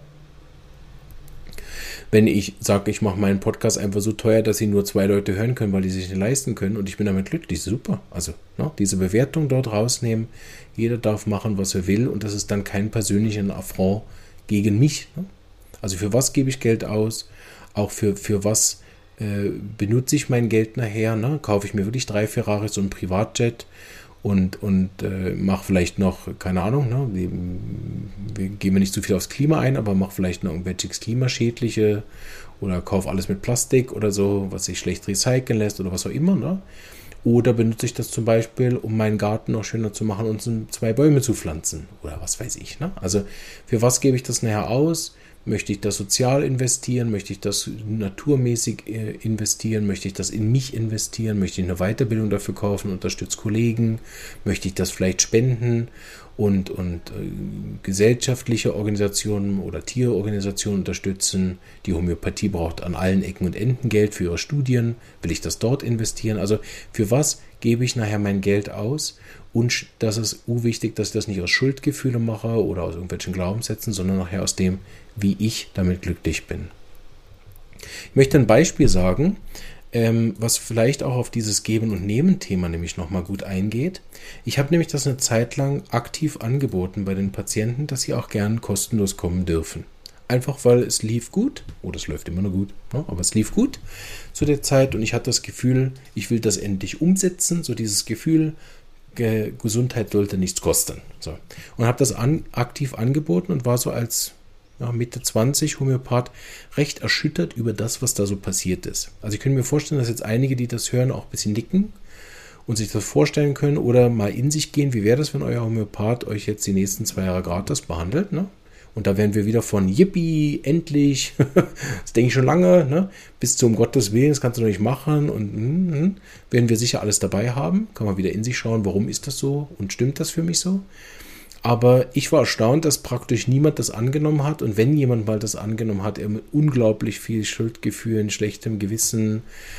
Wenn ich sage, ich mache meinen Podcast einfach so teuer, dass sie nur 2 Leute hören können, weil die sich nicht leisten können und ich bin damit glücklich, super. Also ne? Diese Bewertung dort rausnehmen, jeder darf machen, was er will und das ist dann kein persönlicher Affront gegen mich, ne? Also für was gebe ich Geld aus? Auch für was benutze ich mein Geld nachher? Ne? Kaufe ich mir wirklich 3 Ferraris und ein Privatjet? und mach vielleicht noch, keine Ahnung, ne, wir gehen nicht zu viel aufs Klima ein, aber mach vielleicht noch irgendwelches klimaschädliche oder kauf alles mit Plastik oder so, was sich schlecht recyceln lässt oder was auch immer, ne? Oder benutze ich das zum Beispiel, um meinen Garten noch schöner zu machen und 2 Bäume zu pflanzen oder was weiß ich, ne? Also für was gebe ich das nachher aus? Möchte ich das sozial investieren? Möchte ich das naturmäßig investieren? Möchte ich das in mich investieren? Möchte ich eine Weiterbildung dafür kaufen? Unterstütze Kollegen? Möchte ich das vielleicht spenden? Und gesellschaftliche Organisationen oder Tierorganisationen unterstützen? Die Homöopathie braucht an allen Ecken und Enden Geld für ihre Studien. Will ich das dort investieren? Also für was gebe ich nachher mein Geld aus? Und das ist wichtig, dass ich das nicht aus Schuldgefühle mache oder aus irgendwelchen Glaubenssätzen, sondern nachher aus dem, wie ich damit glücklich bin. Ich möchte ein Beispiel sagen, was vielleicht auch auf dieses Geben- und Nehmen-Thema nämlich nochmal gut eingeht. Ich habe nämlich das eine Zeit lang aktiv angeboten bei den Patienten, dass sie auch gern kostenlos kommen dürfen. Einfach weil es lief gut, oder es läuft immer noch gut, ne? Aber es lief gut zu der Zeit und ich hatte das Gefühl, ich will das endlich umsetzen, so dieses Gefühl, Gesundheit sollte nichts kosten. So. Und habe das aktiv angeboten und war so als Mitte 20 Homöopath recht erschüttert über das, was da so passiert ist. Also ich könnte mir vorstellen, dass jetzt einige, die das hören, auch ein bisschen nicken und sich das vorstellen können oder mal in sich gehen. Wie wäre das, wenn euer Homöopath euch jetzt die nächsten 2 Jahre gratis behandelt, ne? Und da wären wir wieder von Yippie, endlich, das denke ich schon lange, ne? Bis zum Gottes Willen, das kannst du doch nicht machen und werden wir sicher alles dabei haben. Kann man wieder in sich schauen, warum ist das so und stimmt das für mich so? Aber ich war erstaunt, dass praktisch niemand das angenommen hat und wenn jemand mal das angenommen hat, er mit unglaublich viel Schuldgefühlen, schlechtem Gewissen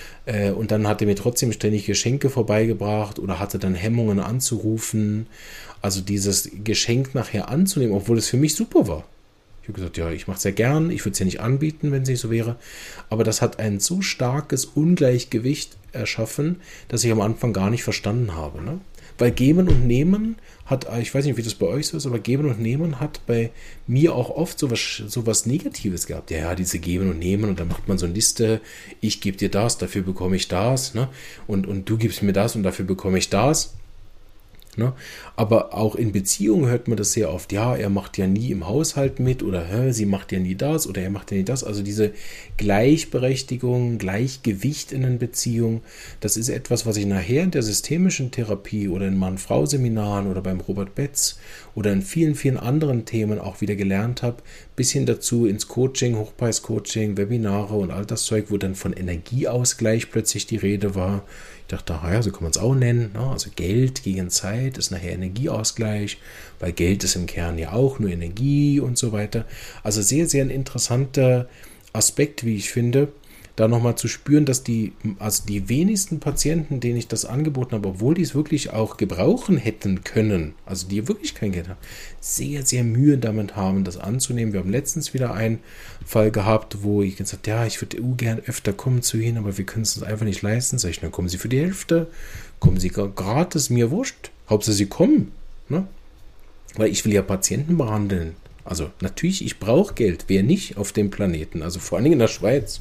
und dann hat er mir trotzdem ständig Geschenke vorbeigebracht oder hatte dann Hemmungen anzurufen. Also dieses Geschenk nachher anzunehmen, obwohl es für mich super war. Ich habe gesagt, ja, ich mache es ja gern, ich würde es ja nicht anbieten, wenn es nicht so wäre. Aber das hat ein so starkes Ungleichgewicht erschaffen, dass ich am Anfang gar nicht verstanden habe. Ne? Weil Geben und Nehmen hat, ich weiß nicht, wie das bei euch so ist, aber Geben und Nehmen hat bei mir auch oft so was Negatives gehabt. Ja, diese Geben und Nehmen und dann macht man so eine Liste, ich gebe dir das, dafür bekomme ich das, ne? Und du gibst mir das und dafür bekomme ich das. Ne? Aber auch in Beziehungen hört man das sehr oft, ja, er macht ja nie im Haushalt mit oder sie macht ja nie das oder er macht ja nie das. Also diese Gleichberechtigung, Gleichgewicht in einer Beziehung, das ist etwas, was ich nachher in der systemischen Therapie oder in Mann-Frau-Seminaren oder beim Robert Betz oder in vielen, vielen anderen Themen auch wieder gelernt habe, bis hin dazu ins Coaching, Hochpreis-Coaching, Webinare und all das Zeug, wo dann von Energieausgleich plötzlich die Rede war. Ich dachte, ja, so kann man es auch nennen. Ne? Also Geld gegen Zeit ist nachher Energieausgleich, weil Geld ist im Kern ja auch nur Energie und so weiter. Also sehr, sehr ein interessanter Aspekt, wie ich finde, da nochmal zu spüren, dass die wenigsten Patienten, denen ich das angeboten habe, obwohl die es wirklich auch gebrauchen hätten können, also die wirklich kein Geld haben, sehr, sehr Mühe damit haben, das anzunehmen. Wir haben letztens wieder einen Fall gehabt, wo ich gesagt habe, ja, ich würde gern öfter kommen zu Ihnen, aber wir können es uns einfach nicht leisten. Sag ich, dann kommen Sie für die Hälfte, kommen Sie gratis, mir wurscht. Hauptsache Sie kommen, ne? Weil ich will ja Patienten behandeln. Also natürlich, ich brauche Geld. Wer nicht auf dem Planeten? Also vor allen Dingen in der Schweiz.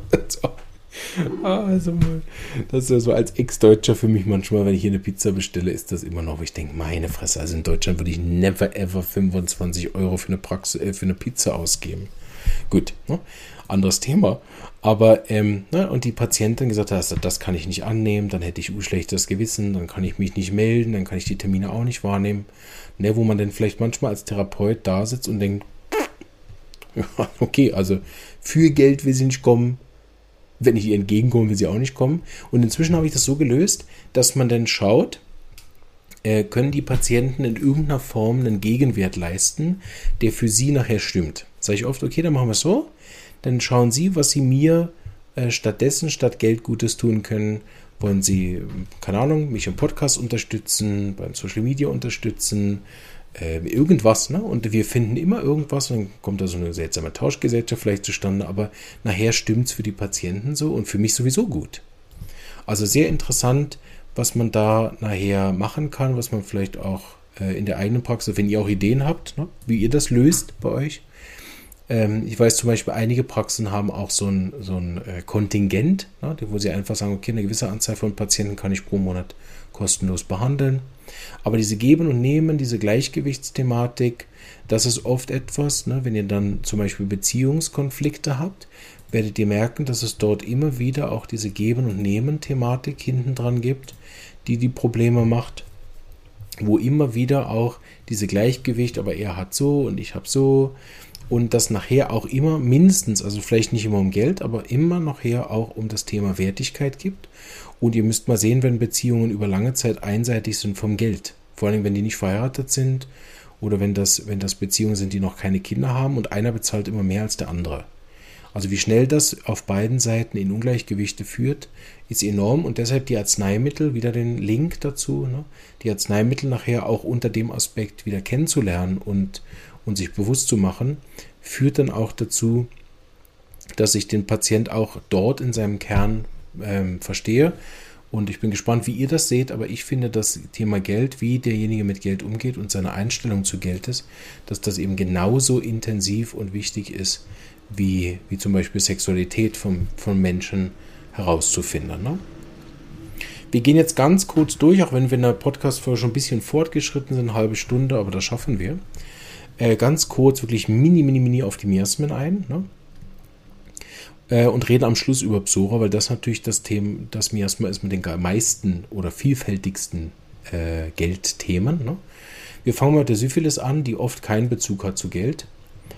Also das ist ja so als Ex-Deutscher für mich manchmal, wenn ich hier eine Pizza bestelle, ist das immer noch, wo ich denke, meine Fresse, also in Deutschland würde ich never ever 25 Euro für eine Pizza ausgeben. Gut, ne? Anderes Thema. Aber, ne? Und die Patientin gesagt hat, das kann ich nicht annehmen, dann hätte ich schlechtes Gewissen, dann kann ich mich nicht melden, dann kann ich die Termine auch nicht wahrnehmen. Ne? Wo man dann vielleicht manchmal als Therapeut da sitzt und denkt, ja, okay, also für Geld will sie nicht kommen, wenn ich ihr entgegenkomme, will sie auch nicht kommen. Und inzwischen habe ich das so gelöst, dass man dann schaut, können die Patienten in irgendeiner Form einen Gegenwert leisten, der für sie nachher stimmt. Sage ich oft, okay, dann machen wir es so. Dann schauen Sie, was Sie mir stattdessen, statt Geld Gutes tun können. Wollen Sie, keine Ahnung, mich im Podcast unterstützen, beim Social Media unterstützen, irgendwas, ne? Und wir finden immer irgendwas und dann kommt da so eine seltsame Tauschgesellschaft vielleicht zustande, aber nachher stimmt es für die Patienten so und für mich sowieso gut. Also sehr interessant, was man da nachher machen kann, was man vielleicht auch in der eigenen Praxis, wenn ihr auch Ideen habt, ne, wie ihr das löst bei euch, Ich weiß zum Beispiel, einige Praxen haben auch so ein Kontingent, ne, wo sie einfach sagen, okay, eine gewisse Anzahl von Patienten kann ich pro Monat kostenlos behandeln. Aber diese Geben und Nehmen, diese Gleichgewichtsthematik, das ist oft etwas, ne, wenn ihr dann zum Beispiel Beziehungskonflikte habt, werdet ihr merken, dass es dort immer wieder auch diese Geben- und Nehmen-Thematik hinten dran gibt, die Probleme macht, wo immer wieder auch diese Gleichgewicht, aber er hat so und ich habe so, und das nachher auch immer mindestens, also vielleicht nicht immer um Geld, aber immer nachher auch um das Thema Wertigkeit gibt. Und ihr müsst mal sehen, wenn Beziehungen über lange Zeit einseitig sind vom Geld, vor allem wenn die nicht verheiratet sind oder wenn das Beziehungen sind, die noch keine Kinder haben und einer bezahlt immer mehr als der andere. Also wie schnell das auf beiden Seiten in Ungleichgewichte führt, ist enorm, und deshalb die Arzneimittel, wieder den Link dazu, ne? Die Arzneimittel nachher auch unter dem Aspekt wieder kennenzulernen und sich bewusst zu machen, führt dann auch dazu, dass ich den Patient auch dort in seinem Kern verstehe. Und ich bin gespannt, wie ihr das seht, aber ich finde, das Thema Geld, wie derjenige mit Geld umgeht und seine Einstellung zu Geld ist, dass das eben genauso intensiv und wichtig ist, wie zum Beispiel Sexualität von Menschen herauszufinden. Ne? Wir gehen jetzt ganz kurz durch, auch wenn wir in der Podcast-Folge schon ein bisschen fortgeschritten sind, eine halbe Stunde, aber das schaffen wir. Ganz kurz, wirklich mini auf die Miasmen ein, ne? Und reden am Schluss über Psora, weil das natürlich das Miasma ist mit den meisten oder vielfältigsten Geldthemen. Ne? Wir fangen mit der Syphilis an, die oft keinen Bezug hat zu Geld.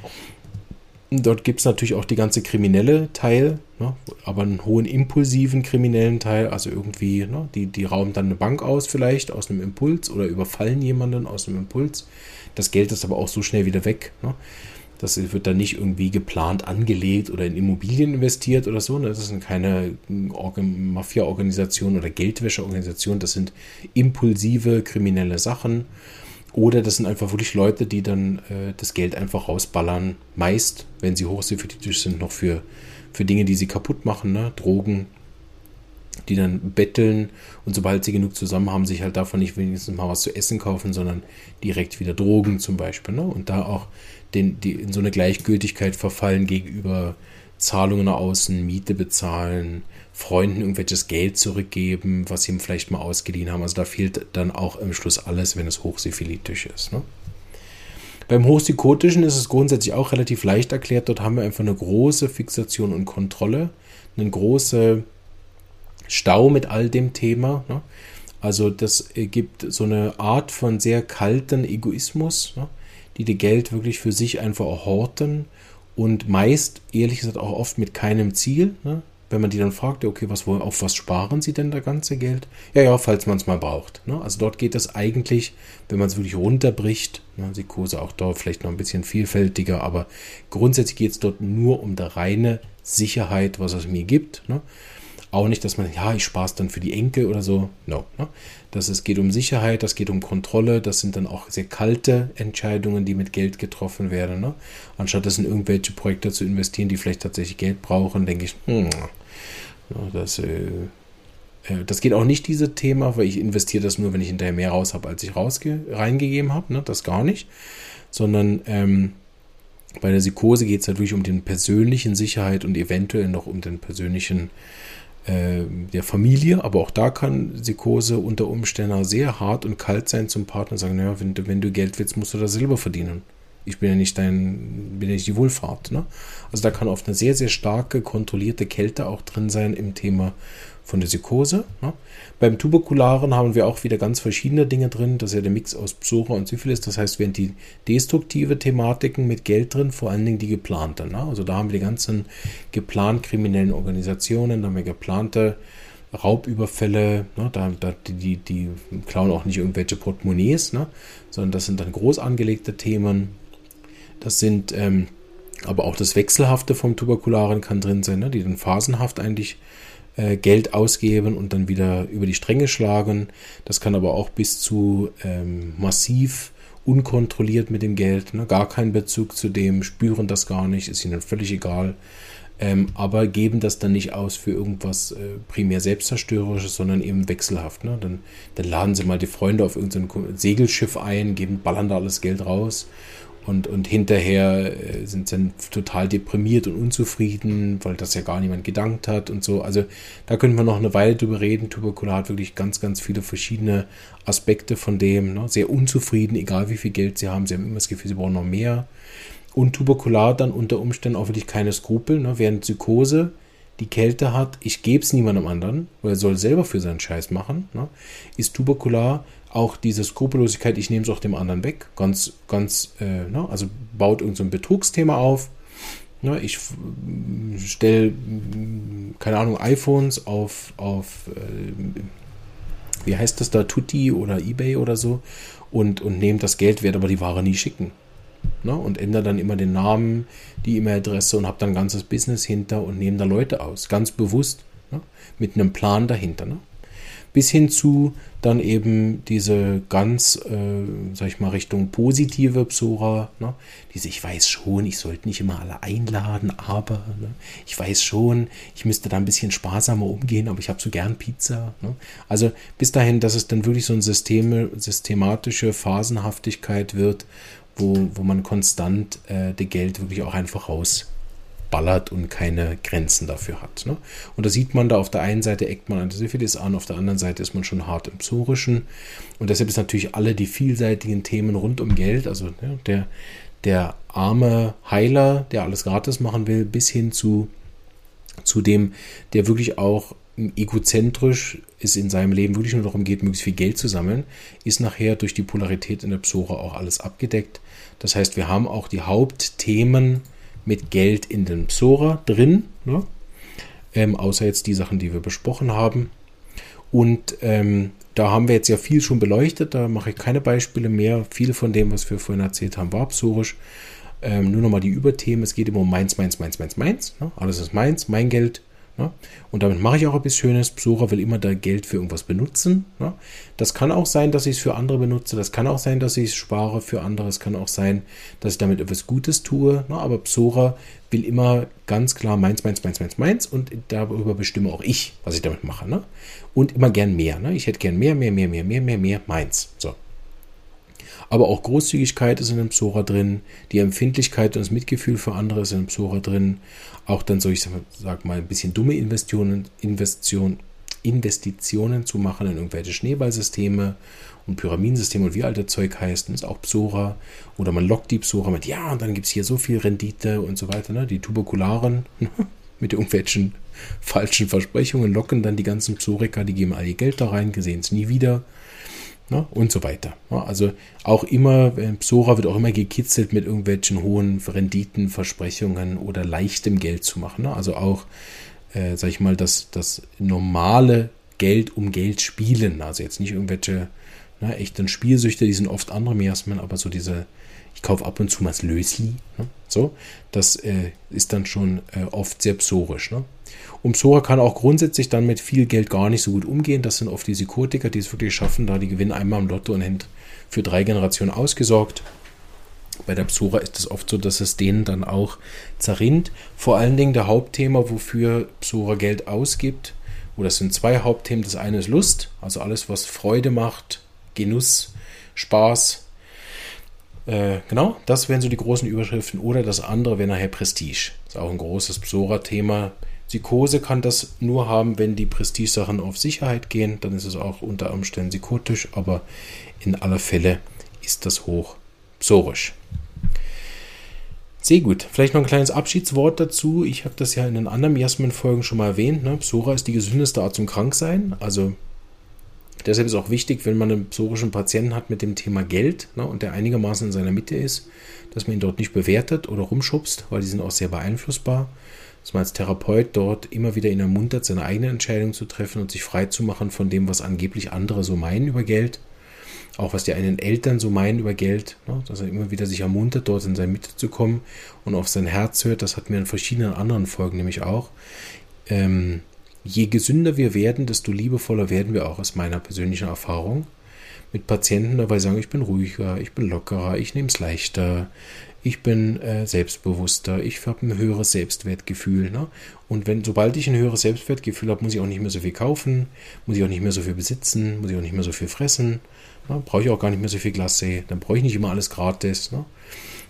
Dort gibt es natürlich auch die ganze kriminelle Teil, ne? Aber einen hohen impulsiven kriminellen Teil, also irgendwie, ne? Die rauben dann eine Bank aus vielleicht, aus einem Impuls, oder überfallen jemanden aus einem Impuls. Das Geld ist aber auch so schnell wieder weg. Ne? Das wird dann nicht irgendwie geplant angelegt oder in Immobilien investiert oder so. Das sind keine Mafia-Organisation oder Geldwäsche-Organisation. Das sind impulsive kriminelle Sachen. Oder das sind einfach wirklich Leute, die dann das Geld einfach rausballern. Meist, wenn sie hochsyphilitisch sind, noch für Dinge, die sie kaputt machen, ne? Drogen, die dann betteln, und sobald sie genug zusammen haben, sich halt davon nicht wenigstens mal was zu essen kaufen, sondern direkt wieder Drogen zum Beispiel. Ne? Und da auch die in so eine Gleichgültigkeit verfallen gegenüber Zahlungen nach außen, Miete bezahlen, Freunden irgendwelches Geld zurückgeben, was sie ihm vielleicht mal ausgeliehen haben. Also da fehlt dann auch im Schluss alles, wenn es hochsyphilitisch ist. Ne? Beim Hochpsykotischen ist es grundsätzlich auch relativ leicht erklärt. Dort haben wir einfach eine große Fixation und Kontrolle, eine große Stau mit all dem Thema. Ne? Also das gibt so eine Art von sehr kalten Egoismus, ne? Die Geld wirklich für sich einfach horten und meist, ehrlich gesagt, auch oft mit keinem Ziel. Ne? Wenn man die dann fragt, okay, auf was sparen sie denn das ganze Geld? Ja, falls man es mal braucht. Ne? Also dort geht es eigentlich, wenn man es wirklich runterbricht, ne? Psychose auch dort vielleicht noch ein bisschen vielfältiger, aber grundsätzlich geht es dort nur um die reine Sicherheit, was es mir gibt. Ne? Auch nicht, dass man, ich spare es dann für die Enkel oder so. No. Ne? Es geht um Sicherheit, das geht um Kontrolle. Das sind dann auch sehr kalte Entscheidungen, die mit Geld getroffen werden. Ne? Anstatt das in irgendwelche Projekte zu investieren, die vielleicht tatsächlich Geld brauchen, denke ich, das geht auch nicht, dieses Thema, weil ich investiere das nur, wenn ich hinterher mehr raus habe, als ich reingegeben habe. Ne? Das gar nicht. Sondern bei der Psychose geht es halt wirklich um den persönlichen Sicherheit und eventuell noch um den persönlichen der Familie, aber auch da kann Psychose unter Umständen sehr hart und kalt sein zum Partner und sagen, naja, wenn du Geld willst, musst du das selber verdienen. Ich bin ja nicht die Wohlfahrt. Ne? Also da kann oft eine sehr, sehr starke, kontrollierte Kälte auch drin sein im Thema von der Psychose. Ne? Beim Tuberkularen haben wir auch wieder ganz verschiedene Dinge drin. Das ist ja der Mix aus Psora und Syphilis. Das heißt, wir haben die destruktive Thematiken mit Geld drin, vor allen Dingen die geplante. Ne? Also da haben wir die ganzen geplant kriminellen Organisationen, da haben wir geplante Raubüberfälle, ne? Die klauen auch nicht irgendwelche Portemonnaies, ne? Sondern das sind dann groß angelegte Themen. Das sind aber auch das Wechselhafte vom Tuberkularen kann drin sein, ne? Die dann phasenhaft eigentlich Geld ausgeben und dann wieder über die Stränge schlagen. Das kann aber auch bis zu massiv unkontrolliert mit dem Geld, ne? Gar keinen Bezug zu dem, spüren das gar nicht, ist ihnen völlig egal. Aber geben das dann nicht aus für irgendwas primär Selbstzerstörerisches, sondern eben wechselhaft. Ne? Dann laden sie mal die Freunde auf irgendein Segelschiff ein, ballern da alles Geld raus Und hinterher sind dann total deprimiert und unzufrieden, weil das ja gar niemand gedankt hat und so. Also da könnte man noch eine Weile drüber reden. Tuberkular hat wirklich ganz, ganz viele verschiedene Aspekte von dem. Ne? Sehr unzufrieden, egal wie viel Geld sie haben. Sie haben immer das Gefühl, sie brauchen noch mehr. Und Tuberkular dann unter Umständen auch wirklich keine Skrupel. Ne? Während Psychose die Kälte hat, ich gebe es niemandem anderen, weil er soll selber für seinen Scheiß machen, ne? Ist Tuberkular auch diese Skrupellosigkeit, ich nehme es auch dem anderen weg, ganz, ganz, ne? Also baut irgend so ein Betrugsthema auf, ne? Ich stelle, keine Ahnung, iPhones auf wie heißt das da, Tutti oder eBay oder so und nehme das Geld, werde aber die Ware nie schicken. Ne, und ändere dann immer den Namen, die E-Mail-Adresse und habe dann ein ganzes Business hinter und nehme da Leute aus, ganz bewusst, ne, mit einem Plan dahinter. Ne. Bis hin zu dann eben diese ganz, sag ich mal, Richtung positive Psora, ne, diese, ich weiß schon, ich sollte nicht immer alle einladen, aber ne, ich weiß schon, ich müsste da ein bisschen sparsamer umgehen, aber ich habe so gern Pizza. Ne. Also bis dahin, dass es dann wirklich so eine systematische Phasenhaftigkeit wird, wo man konstant das Geld wirklich auch einfach rausballert und keine Grenzen dafür hat. Ne? Und da sieht man, da auf der einen Seite eckt man an der Syphilis an, auf der anderen Seite ist man schon hart im Psorischen. Und deshalb ist natürlich alle die vielseitigen Themen rund um Geld, also ja, der arme Heiler, der alles gratis machen will, bis hin zu dem, der wirklich auch egozentrisch ist in seinem Leben, wirklich nur darum geht, möglichst viel Geld zu sammeln, ist nachher durch die Polarität in der Psora auch alles abgedeckt. Das heißt, wir haben auch die Hauptthemen mit Geld in den Psora drin, ne? Außer jetzt die Sachen, die wir besprochen haben. Und da haben wir jetzt ja viel schon beleuchtet, da mache ich keine Beispiele mehr. Viel von dem, was wir vorhin erzählt haben, war psorisch. Nur nochmal die Überthemen, es geht immer um meins, meins, meins, meins, meins. Ne? Alles ist meins, mein Geld. Ne? Und damit mache ich auch etwas Schönes. Psora will immer da Geld für irgendwas benutzen. Ne? Das kann auch sein, dass ich es für andere benutze. Das kann auch sein, dass ich es spare für andere. Es kann auch sein, dass ich damit etwas Gutes tue. Ne? Aber Psora will immer ganz klar meins, meins, meins, meins, meins. Und darüber bestimme auch ich, was ich damit mache. Ne? Und immer gern mehr. Ne? Ich hätte gern mehr, meins. So. Aber auch Großzügigkeit ist in dem Psora drin, die Empfindlichkeit und das Mitgefühl für andere ist in dem Psora drin. Auch dann soll ich sag mal ein bisschen dumme Investitionen zu machen in irgendwelche Schneeballsysteme und Pyramidensysteme und wie all das Zeug heißt, das ist auch Psora. Oder man lockt die Psora mit, ja, und dann gibt es hier so viel Rendite und so weiter. Ne? Die Tuberkularen mit irgendwelchen falschen Versprechungen locken dann die ganzen Psoriker, die geben all ihr Geld da rein, sehen es nie wieder. Ne, und so weiter. Ja, also auch immer, Psora wird auch immer gekitzelt mit irgendwelchen hohen Renditen, Versprechungen oder leichtem Geld zu machen. Ne? Also auch, sag ich mal, das normale Geld um Geld spielen. Also jetzt nicht irgendwelche echten Spielsüchte, die sind oft andere Miasmen, aber so diese, ich kaufe ab und zu mal das Lösli. Ne? So, das ist dann schon oft sehr psorisch. Ne? Und Psora kann auch grundsätzlich dann mit viel Geld gar nicht so gut umgehen. Das sind oft die Psychotiker, die es wirklich schaffen, da die gewinnen einmal im Lotto und sind für 3 Generationen ausgesorgt. Bei der Psora ist es oft so, dass es denen dann auch zerrinnt. Vor allen Dingen der Hauptthema, wofür Psora Geld ausgibt, das sind 2 Hauptthemen. Das eine ist Lust, also alles, was Freude macht, Genuss, Spaß. Genau, das wären so die großen Überschriften. Oder das andere wäre nachher Prestige. Das ist auch ein großes Psora-Thema. Psychose kann das nur haben, wenn die Prestige-Sachen auf Sicherheit gehen. Dann ist es auch unter Umständen psychotisch, aber in aller Fälle ist das hoch psorisch. Sehr gut. Vielleicht noch ein kleines Abschiedswort dazu. Ich habe das ja in den anderen Miasmen-Folgen schon mal erwähnt. Ne? Psora ist die gesündeste Art zum Kranksein. Also deshalb ist auch wichtig, wenn man einen psorischen Patienten hat mit dem Thema Geld, ne, und der einigermaßen in seiner Mitte ist, dass man ihn dort nicht bewertet oder rumschubst, weil die sind auch sehr beeinflussbar. Dass man als Therapeut dort immer wieder ihn ermuntert, seine eigene Entscheidung zu treffen und sich frei zu machen von dem, was angeblich andere so meinen über Geld. Auch was die einen Eltern so meinen über Geld, ne, dass er immer wieder sich ermuntert, dort in seine Mitte zu kommen und auf sein Herz hört. Das hatten wir in verschiedenen anderen Folgen nämlich auch. Je gesünder wir werden, desto liebevoller werden wir auch, aus meiner persönlichen Erfahrung. Mit Patienten dabei sagen, ich bin ruhiger, ich bin lockerer, ich nehme es leichter, ich bin selbstbewusster, ich habe ein höheres Selbstwertgefühl. Ne? Und sobald ich ein höheres Selbstwertgefühl habe, muss ich auch nicht mehr so viel kaufen, muss ich auch nicht mehr so viel besitzen, muss ich auch nicht mehr so viel fressen, ne? Brauche ich auch gar nicht mehr so viel Glacé, dann brauche ich nicht immer alles gratis. Ne?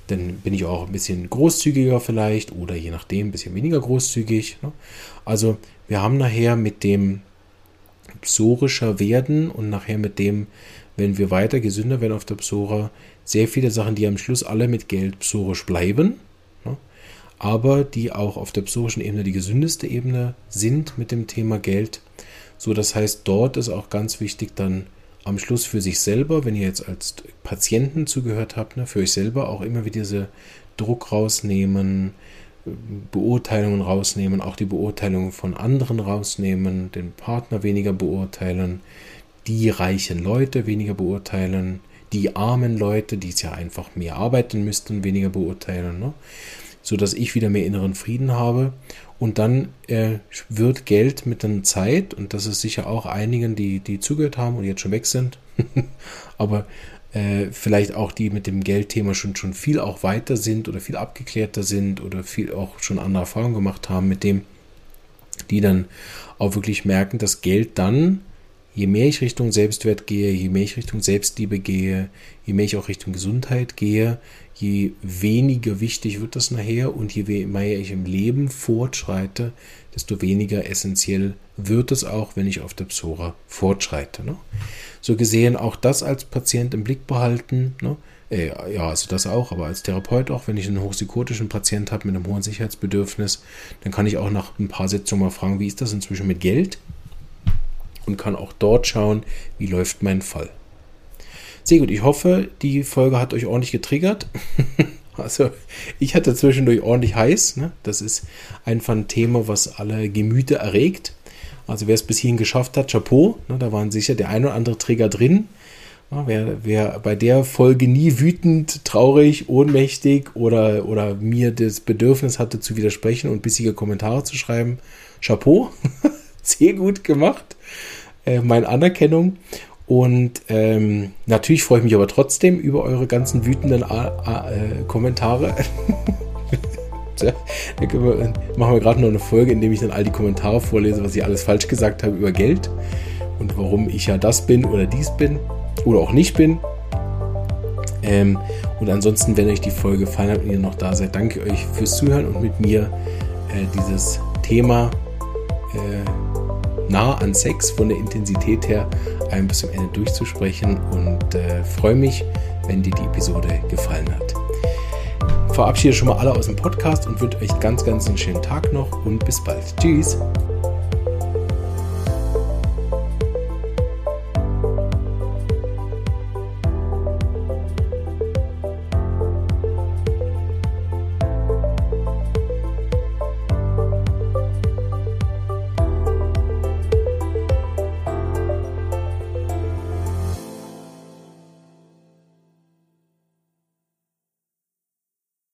Dann bin ich auch ein bisschen großzügiger vielleicht oder je nachdem ein bisschen weniger großzügig. Ne? Also wir haben nachher mit dem psorischer werden und nachher mit dem, wenn wir weiter gesünder werden auf der Psora, sehr viele Sachen, die am Schluss alle mit Geld psorisch bleiben, ne? Aber die auch auf der psorischen Ebene die gesündeste Ebene sind mit dem Thema Geld. So, das heißt, dort ist auch ganz wichtig dann am Schluss für sich selber, wenn ihr jetzt als Patienten zugehört habt, ne, für euch selber auch immer wieder diese Druck rausnehmen, Beurteilungen rausnehmen, auch die Beurteilungen von anderen rausnehmen, den Partner weniger beurteilen, die reichen Leute weniger beurteilen, die armen Leute, die es ja einfach mehr arbeiten müssten, weniger beurteilen, ne? Sodass ich wieder mehr inneren Frieden habe. Und dann wird Geld mit der Zeit, und das ist sicher auch einigen, die zugehört haben und jetzt schon weg sind, aber vielleicht auch die mit dem Geldthema schon viel auch weiter sind oder viel abgeklärter sind oder viel auch schon andere Erfahrungen gemacht haben mit dem, die dann auch wirklich merken, dass Geld dann, je mehr ich Richtung Selbstwert gehe, je mehr ich Richtung Selbstliebe gehe, je mehr ich auch Richtung Gesundheit gehe, je weniger wichtig wird das nachher und je mehr ich im Leben fortschreite, desto weniger essentiell wird es auch, wenn ich auf der Psora fortschreite. Ne? So gesehen auch das als Patient im Blick behalten. Ne? Ja, also das auch, aber als Therapeut auch, wenn ich einen hochpsykotischen Patient habe mit einem hohen Sicherheitsbedürfnis, dann kann ich auch nach ein paar Sitzungen mal fragen, wie ist das inzwischen mit Geld? Und kann auch dort schauen, wie läuft mein Fall. Sehr gut, ich hoffe, die Folge hat euch ordentlich getriggert. Also ich hatte zwischendurch ordentlich heiß. Ne? Das ist einfach ein Thema, was alle Gemüter erregt. Also wer es bis hierhin geschafft hat, Chapeau. Ne? Da waren sicher der ein oder andere Trigger drin. Ja, wer bei der Folge nie wütend, traurig, ohnmächtig oder mir das Bedürfnis hatte zu widersprechen und bissige Kommentare zu schreiben, Chapeau. Sehr gut gemacht. Meine Anerkennung. Und natürlich freue ich mich aber trotzdem über eure ganzen wütenden Kommentare. Dann machen wir gerade noch eine Folge, in der ich dann all die Kommentare vorlese, was ich alles falsch gesagt habe über Geld und warum ich ja das bin oder dies bin oder auch nicht bin. Und ansonsten, wenn euch die Folge gefallen hat und ihr noch da seid, danke euch fürs Zuhören und mit mir dieses Thema nah an Sex von der Intensität her ein bis zum Ende durchzusprechen und freue mich, wenn dir die Episode gefallen hat. Verabschiede schon mal alle aus dem Podcast und wünsche euch ganz einen schönen Tag noch und bis bald. Tschüss!